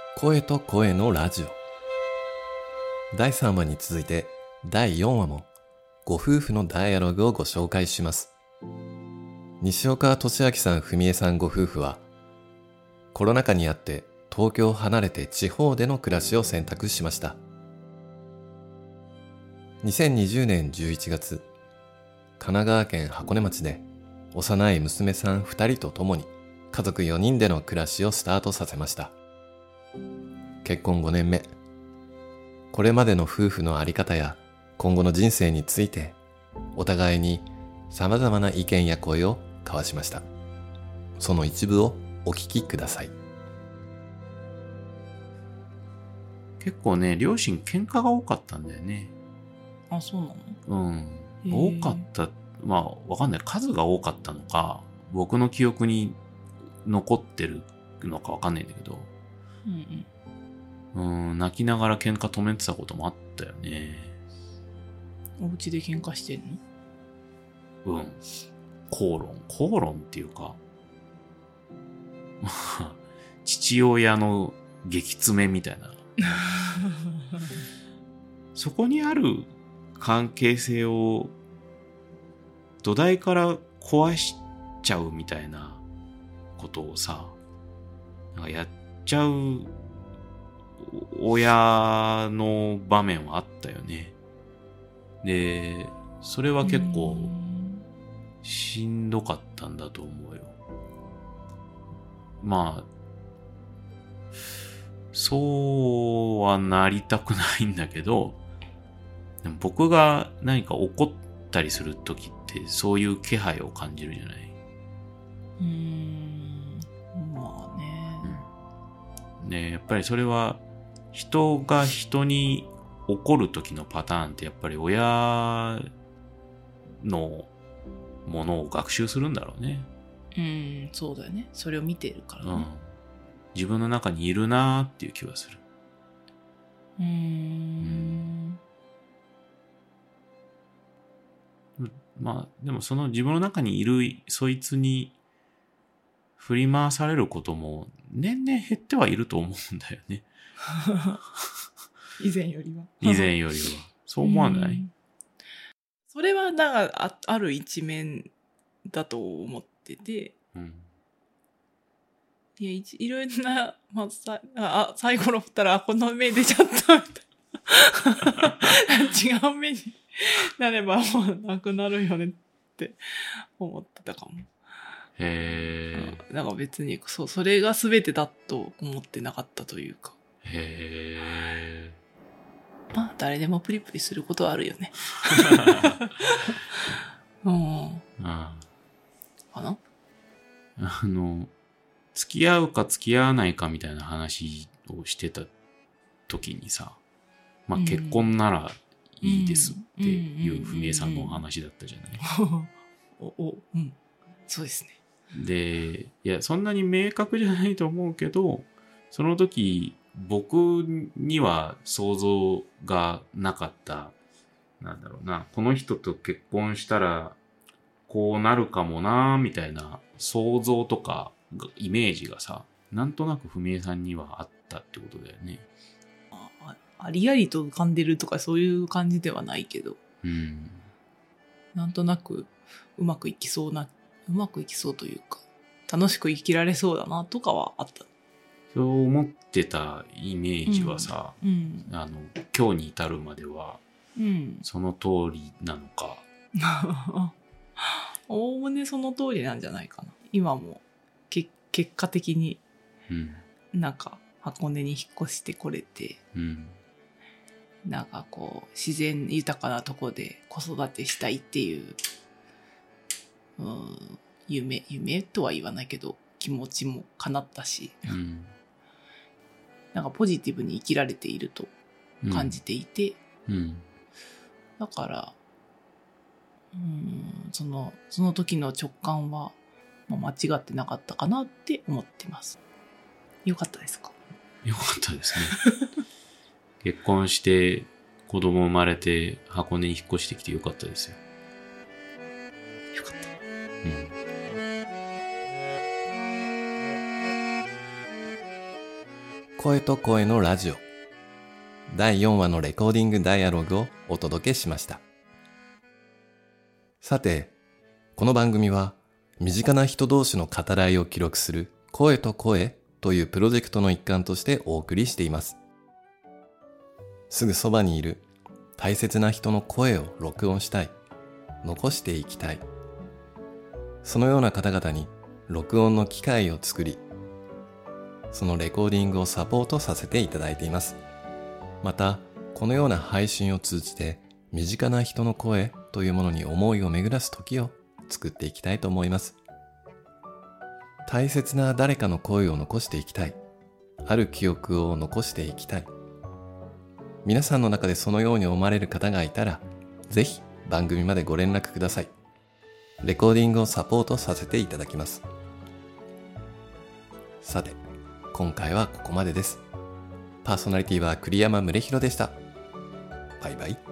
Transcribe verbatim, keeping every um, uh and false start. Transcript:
声と声のラジオだいさんわに続いてだいよんわもご夫婦のダイアログをご紹介します。西岡俊明さん、文江さんご夫婦はコロナ禍にあって東京を離れて地方での暮らしを選択しました。にせんにじゅうねんじゅういちがつ、神奈川県箱根町で幼い娘さんふたりと共に家族よにんでの暮らしをスタートさせました。結婚ごねんめ、これまでの夫婦のあり方や今後の人生についてお互いに様々な意見や声を交わしました。その一部をお聞きください。 結構ね、両親喧嘩が多かったんだよね。 あ、そうなの？ うん。多かった。まあ、わかんない。数が多かったのか、僕の記憶に残ってるのかわかんないんだけど、 うんうん、泣きながら喧嘩止めてたこともあったよね。 うん。お家で喧嘩してんの？ うん。口論。口論っていうか、父親の激詰めみたいな。そこにある関係性を土台から壊しちゃうみたいなことをさ、なんかやっちゃう親の場面はあったよね。で、それは結構しんどかったんだと思うよ。まあ、そうはなりたくないんだけど、でも僕が何か怒ったりするときってそういう気配を感じるじゃない。 うーん、まあね。 うん、ね、やっぱりそれは人が人に怒るときのパターンってやっぱり親のものを学習するんだろうね。 うん、そうだよね。それを見てるからね。 うん、自分の中にいるなーっていう気がする。 うーん。 うん、まあ、でもその自分の中にいるそいつに振り回されることも年々減ってはいると思うんだよね。 以前よりは。 以前よりは。そう思わない？ それはなんか あ, ある一面だと思ってて、 うん、 いや い, いろいろな、まあ、さあ最後のったらこの目出ちゃったみたいな違う目になればもうなくなるよねって思ってたかも。 へー。なんか別にそうそれが全てだと思ってなかったというか。 へー。 まあ誰でもプリプリすることはあるよね。うん。 ああかな？ あの、付き合うか付き合わないかみたいな話をしてた時にさ、まあ、結婚ならいいですっていう文江さんのお話だったじゃない。 おお、うん、そうですね。 で、いや、そんなに明確じゃないと思うけど、その時、僕には想像がなかった、なんだろうな、この人と結婚したら、こうなるかもな、みたいな想像とか、イメージがさ、なんとなく文江さんにはあったってことだよね。 あ, ありありと浮かんでるとかそういう感じではないけど、 うん、 なんとなくうまくいきそうな、うまくいきそうというか、楽しく生きられそうだなとかはあった。 そう思ってたイメージはさ、 うん、 あの今日に至るまでは、 うん、 その通りなのか。 おおむねその通りなんじゃないかな。今もけ結果的に、 うん、 なんか箱根に引っ越してこれて、 うん、 なんかこう自然豊かなとこで子育てしたいっていう、うん、夢夢とは言わないけど気持ちも叶ったし、 うん、 なんかポジティブに生きられていると感じていて、 うんうん、 だからうん、そのその時の直感は、まあ、間違ってなかったかなって思ってます。よかったですか？ よかったですね。結婚して子供生まれて箱根に引っ越してきてよかったですよ。 よかった。 うん。 声と声のラジオだいよんわのレコーディングダイアログをお届けしました。さて、この番組は身近な人同士の語らいを記録する声と声というプロジェクトの一環としてお送りしています。すぐそばにいる大切な人の声を録音したい、残していきたい。そのような方々に録音の機会を作り、そのレコーディングをサポートさせていただいています。また、このような配信を通じて身近な人の声というものに思いを巡らす時を作っていきたいと思います。大切な誰かの声を残していきたい。ある記憶を残していきたい。皆さんの中でそのように思われる方がいたら、ぜひ番組までご連絡ください。レコーディングをサポートさせていただきます。さて、今回はここまでです。パーソナリティは栗山宗弘でした。バイバイ。